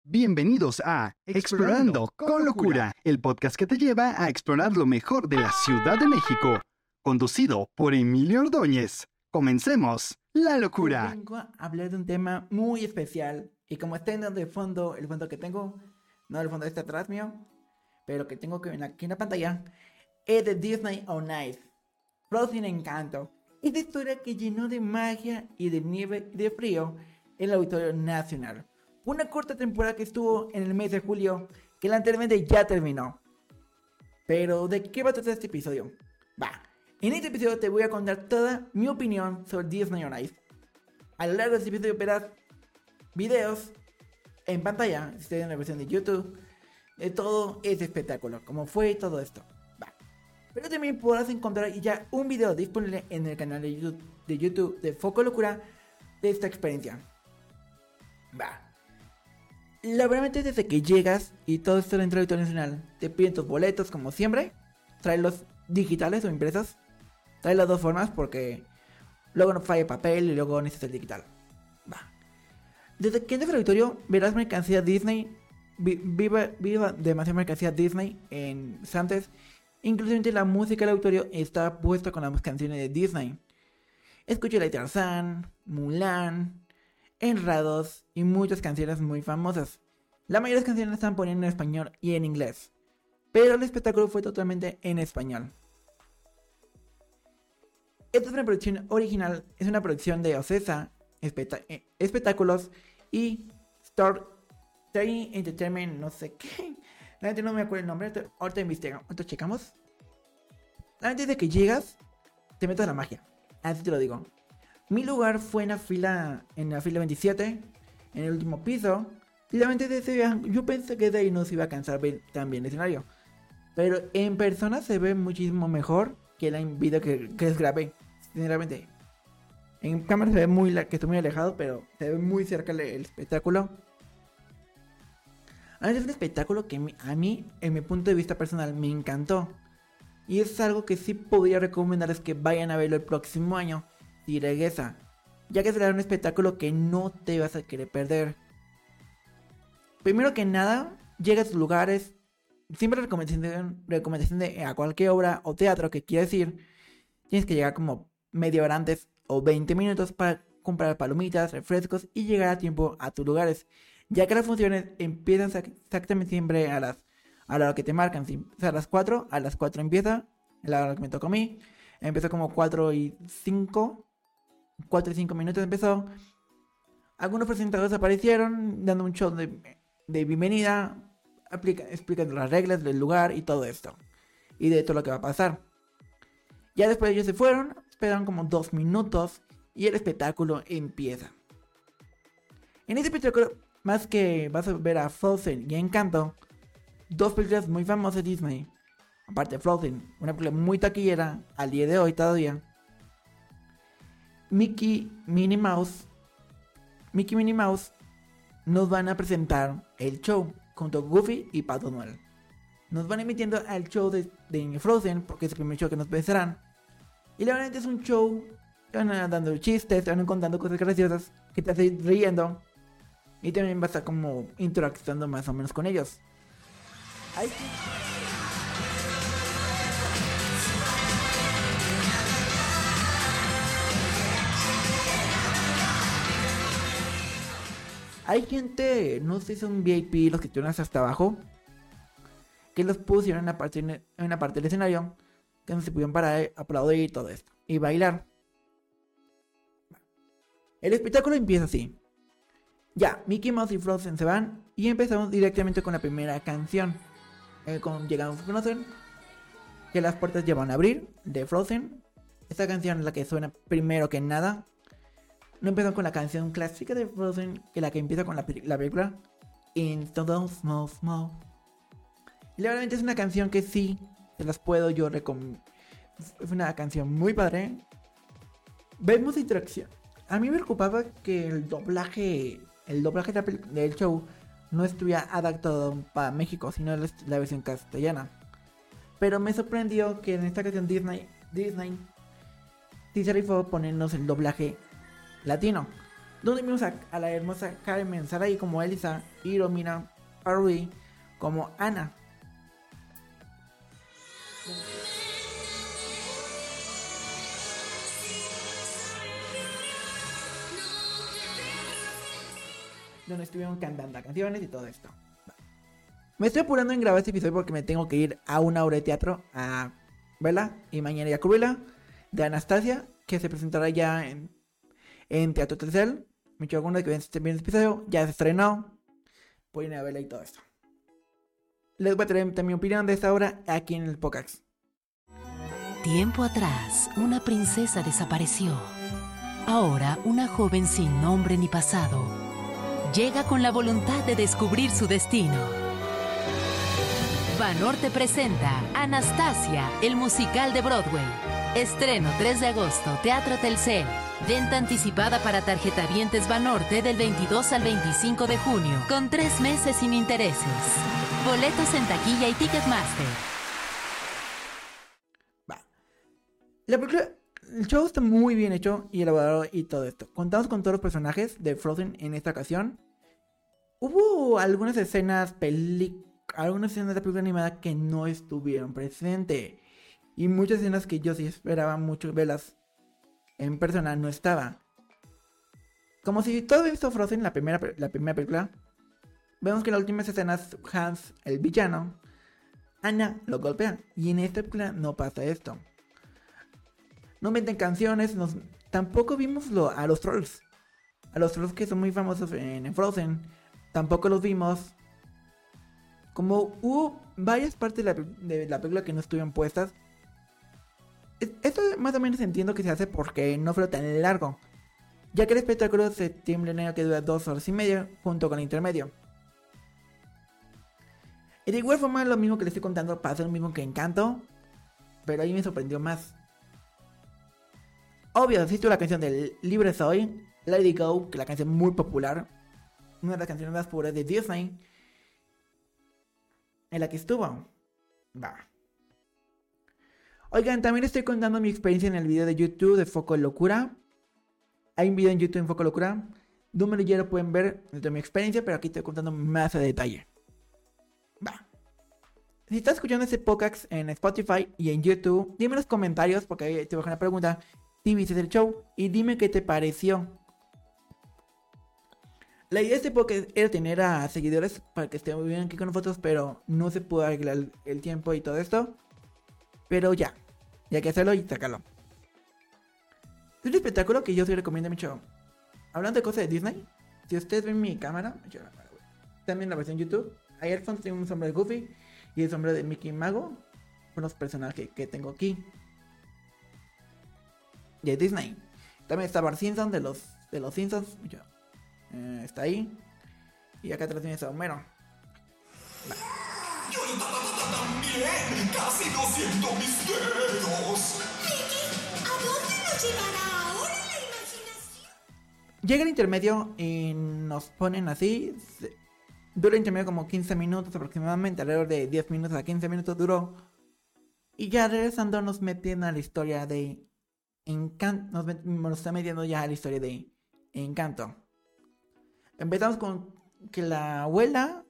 Bienvenidos a Explorando con Locura, el podcast que te lleva a explorar lo mejor de la Ciudad de México, conducido por Emilio Ordóñez. Comencemos la locura. Hoy vengo a hablar de un tema muy especial y como está en el fondo que tengo, no el fondo está atrás mío, pero que tengo aquí en la pantalla, es de Disney on Ice, Frozen Encanto. Esta historia que llenó de magia y de nieve y de frío el Auditorio Nacional. Una corta temporada que estuvo en el mes de julio, que anteriormente ya terminó. Pero, ¿de qué va a tratar este episodio? En este episodio te voy a contar toda mi opinión sobre Disney on Ice. A lo largo de este episodio verás videos en pantalla, si estoy en la versión de YouTube, de todo este espectáculo, cómo fue todo esto. Pero también podrás encontrar ya un video disponible en el canal de YouTube de Foco Locura de esta experiencia. La verdad, desde que llegas y todo esto dentro del Auditorio Nacional, te piden tus boletos como siempre, tráelos digitales o impresos, trae las dos formas porque luego no falla papel y luego necesitas el digital. Desde que entras al auditorio verás mercancía Disney, viva demasiada mercancía Disney en estantes. Inclusive la música del auditorio está puesta con las canciones de Disney. Escucha la de Tarzán, Mulan, Enredados y muchas canciones muy famosas. La mayoría de las canciones están poniendo en español y en inglés, pero el espectáculo fue totalmente en español. Esta es una producción original, es una producción de Ocesa Espectáculos y Story Entertainment, no sé qué. La gente no me acuerdo el nombre, ahorita investigamos, ahorita checamos. Antes de que llegas, te metes a la magia, así te lo digo. Mi lugar fue en la fila 27, en el último piso. Y la mente de ese yo pensé que de ahí no se iba a cansar ver tan bien el escenario. Pero en persona se ve muchísimo mejor que el video que les grabé, sinceramente. En cámara se ve que estoy muy alejado, pero se ve muy cerca el espectáculo. Es un espectáculo que a mí, en mi punto de vista personal, me encantó. Y es algo que sí podría recomendarles que vayan a verlo el próximo año, si regresa. Ya que será un espectáculo que no te vas a querer perder. Primero que nada, llega a sus lugares. Siempre recomendación de a cualquier obra o teatro que quieras ir. Tienes que llegar como media hora antes o 20 minutos para comprar palomitas, refrescos y llegar a tiempo a tus lugares. Ya que las funciones empiezan exactamente siempre a la hora que te marcan. O sea, a las 4 empieza. La hora que me tocó a mí. Empezó como 4 y 5 minutos empezó. Algunos presentadores aparecieron dando un show de bienvenida, explicando las reglas del lugar y todo esto. Y de todo lo que va a pasar. Ya después ellos se fueron, esperaron como 2 minutos y el espectáculo empieza. En este espectáculo, más que vas a ver a Frozen y Encanto, dos películas muy famosas de Disney. Aparte de Frozen, una película muy taquillera al día de hoy todavía. Mickey, Minnie Mouse nos van a presentar el show junto a Goofy y Pato Noel. Nos van emitiendo al show de Frozen porque es el primer show que nos pensarán. Y la verdad es un show, te van dando chistes, te van contando cosas graciosas que te hacen riendo. Y también vas a estar como interactuando más o menos con ellos. Hay gente, no sé si son VIP, los que tienen hasta abajo, que los pusieron en una parte del escenario, que no se pudieron parar, aplaudir y todo esto, y bailar. El espectáculo empieza así. Ya, Mickey Mouse y Frozen se van y empezamos directamente con la primera canción. Llegamos a conocer que las puertas ya van a abrir de Frozen. Esta canción es la que suena primero que nada. No empezó con la canción clásica de Frozen, que la que empieza con la película Into the Small Small. Y la verdad es una canción que sí, se las puedo yo recomendar. Es una canción muy padre. Vemos interacción. A mí me preocupaba que el doblaje del show no estuviera adaptado para México, sino la versión castellana. Pero me sorprendió que en esta canción Disney sí se rifó ponernos el doblaje latino. donde vimos a la hermosa Carmen Sarai como Elisa y Romina Arui como Ana. Donde estuvieron cantando canciones y todo esto. Me estoy apurando en grabar este episodio porque me tengo que ir a una obra de teatro a verla y mañana ya cubrirla de Anastasia, que se presentará ya en Teatro Tercel. Me echo alguna que estén viendo este episodio, ya se estrenó. Pueden ir a verla y todo esto. Les voy a traer también mi opinión de esta obra aquí en el podcast. Tiempo atrás, una princesa desapareció. Ahora, una joven sin nombre ni pasado llega con la voluntad de descubrir su destino. Banorte presenta Anastasia, el musical de Broadway. Estreno 3 de agosto, Teatro Telcel. Venta anticipada para tarjetavientes Banorte del 22 al 25 de junio, con 3 meses sin intereses. Boletos en taquilla y Ticketmaster. El show está muy bien hecho y elaborado y todo esto. Contamos con todos los personajes de Frozen en esta ocasión. Hubo algunas escenas de película animada que no estuvieron presentes. Y muchas escenas que yo sí esperaba mucho verlas en persona no estaba. Como si todo había visto Frozen, la primera película. Vemos que en las últimas escenas Hans, el villano, Anna lo golpea. Y en esta película no pasa esto. No meten canciones, tampoco vimos a los trolls. A los trolls que son muy famosos en Frozen, tampoco los vimos. Como hubo varias partes de la película que no estuvieron puestas. Esto más o menos entiendo que se hace porque no fue tan largo. Ya que el espectáculo se tiene un año que dura 2 horas y media junto con el intermedio. Y de igual forma lo mismo que les estoy contando pasa lo mismo que Encanto. Pero ahí me sorprendió más. Obvio, asisto a la canción de Libre Soy, Let It Go, que es la canción muy popular. Una de las canciones más populares de Disney. En la que estuvo. Oigan, también estoy contando mi experiencia en el video de YouTube de Foco de Locura. Hay un video en YouTube en Foco de Locura. Donde ya lo pueden ver de mi experiencia, pero aquí estoy contando más a detalle. Si estás escuchando este podcast en Spotify y en YouTube, dime en los comentarios, porque ahí te voy a dejar una pregunta. Si viste el show y dime qué te pareció. La idea de este podcast era tener a seguidores para que estén muy bien aquí con nosotros, pero no se pudo arreglar el tiempo y todo esto. Pero ya hay que hacerlo y sacarlo. Es un espectáculo que yo sí recomiendo mucho. Hablando de cosas de Disney, si ustedes ven mi cámara, también la versión YouTube. Ahí al fondo tengo un sombrero de Goofy y el sombrero de Mickey Mago. Son los personajes que tengo aquí. De Disney. También está Bart Simpson de los Simpsons. Está ahí. Y acá atrás tienes a Homero. Yo también, casi 200 mis dedos. Mickey, ¿a dónde nos llevará ahora la imaginación? Llega el intermedio y nos ponen así. Dura el intermedio como 15 minutos aproximadamente. Alrededor de 10 minutos a 15 minutos duró. Y ya regresando nos meten a la historia de Encanto. Nos está metiendo ya a la historia de Encanto. Empezamos con que la abuela,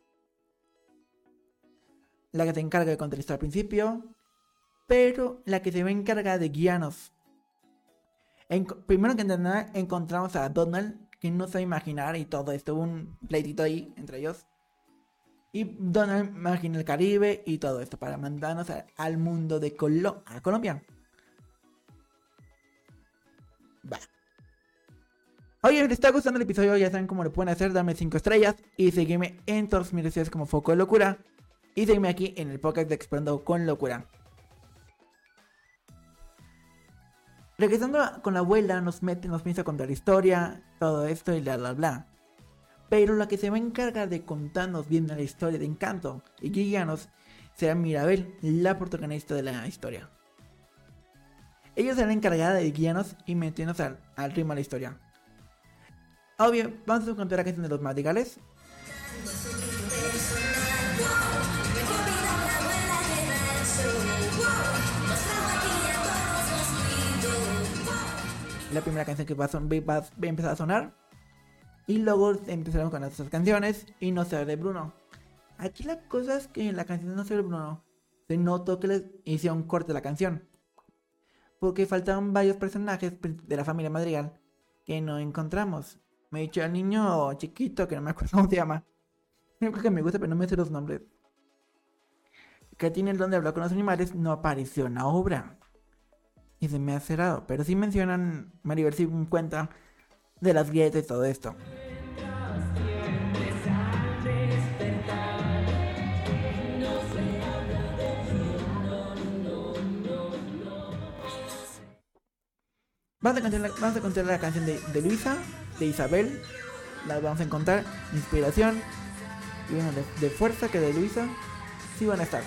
la que se encarga de contar la historia al principio, pero la que se va a encargar de guiarnos. Primero que nada encontramos a Donald, que no sabe imaginar y todo esto, un pleitito ahí entre ellos. Y Donald imagina el Caribe y todo esto para mandarnos al mundo de Colombia. Oye, ¿les está gustando el episodio? Ya saben cómo lo pueden hacer, darme 5 estrellas y seguirme en todas mis redes sociales como Foco de Locura. Y seguirme aquí en el podcast de Explorando con Locura. Regresando con la abuela, nos piensa a contar la historia, todo esto y bla bla bla. Pero la que se va a encargar de contarnos bien la historia de Encanto y guiarnos será Mirabel, la protagonista de la historia. Ella será la encargada de guiarnos y meternos al ritmo de la historia. Obvio, vamos a encontrar la canción de los madrigales. La primera canción que va a empezar a sonar. Y luego empezaron con otras canciones y No sé de Bruno. Aquí la cosa es que en la canción de No sé de Bruno se notó que les hicieron corte de la canción. Porque faltaban varios personajes de la familia Madrigal que no encontramos. Me he dicho al niño chiquito, que no me acuerdo cómo se llama. Creo que me gusta, pero no me sé los nombres. Que tiene el don de hablar con los animales, no apareció en la obra. Y se me ha cerrado. Pero sí mencionan, Maribel sí cuenta de las grietas y todo esto. Vamos a encontrar la canción de Luisa, de Isabel. La vamos a encontrar. Inspiración. Y bueno, de fuerza, que de Luisa sí van a estar.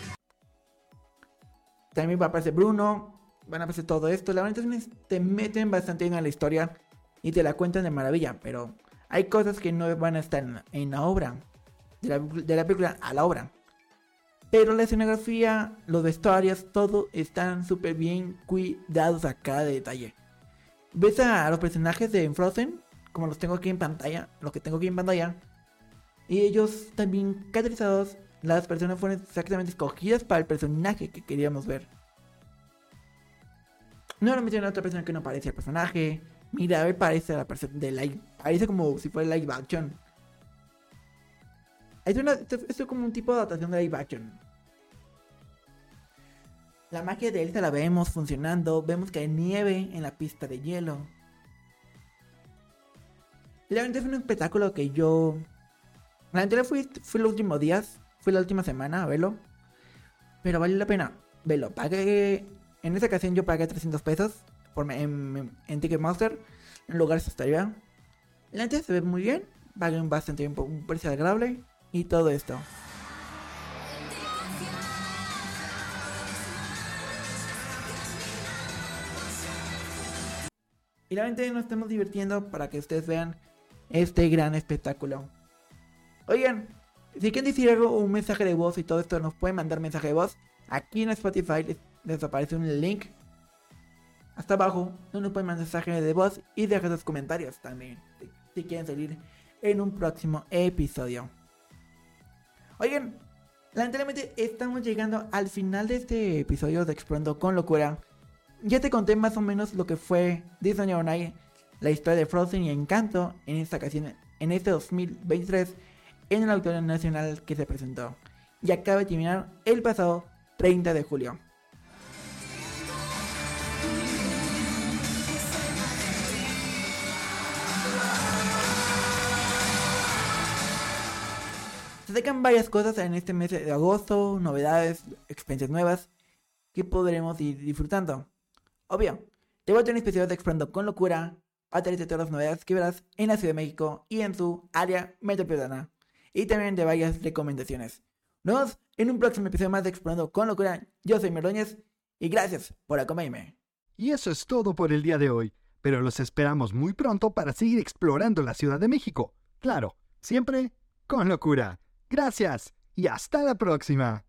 También va a aparecer Bruno. Van a aparecer todo esto. La verdad es que te meten bastante bien a la historia y te la cuentan de maravilla. Pero hay cosas que no van a estar en la obra. De la película a la obra. Pero la escenografía, los vestuarios, todo están súper bien cuidados a cada detalle. Ves a los personajes de Frozen, como los tengo aquí en pantalla, y ellos también caracterizados. Las personas fueron exactamente escogidas para el personaje que queríamos ver. No lo metieron a otra persona que no parece el personaje. Mira, a ver, parece a la persona de live. Parece como si fuera live action. Esto es como un tipo de adaptación de live action. La magia de Elsa la vemos funcionando. Vemos que hay nieve en la pista de hielo. Y la verdad es un espectáculo que yo... La verdad fui los últimos días. Fui la última semana a verlo. Pero vale la pena verlo. En esta ocasión yo pagué 300 pesos en Ticketmaster. En lugares hasta arriba. La verdad se ve muy bien. Pagué bastante bien, un precio agradable. Y todo esto. Y la verdad nos estamos divirtiendo para que ustedes vean este gran espectáculo. Oigan, si quieren decir algo, un mensaje de voz y todo esto, nos pueden mandar mensaje de voz. Aquí en Spotify les aparece un link hasta abajo donde pueden mandar mensaje de voz y dejar sus comentarios también. Si quieren salir en un próximo episodio. Oigan, lamentablemente estamos llegando al final de este episodio de Explorando con Locura. Ya te conté más o menos lo que fue Disney on Ice, la historia de Frozen y Encanto en esta ocasión, en este 2023, en el Auditorio Nacional que se presentó. Y acaba de terminar el pasado 30 de julio. Se sacan varias cosas en este mes de agosto, novedades, experiencias nuevas que podremos ir disfrutando. Obvio, te voy a tener un especial de Explorando con Locura a través de todas las novedades que verás en la Ciudad de México y en su área metropolitana. Y también de varias recomendaciones. Nos vemos en un próximo episodio más de Explorando con Locura. Yo soy Merdoñez y gracias por acompañarme. Y eso es todo por el día de hoy, pero los esperamos muy pronto para seguir explorando la Ciudad de México. Claro, siempre con locura. Gracias y hasta la próxima.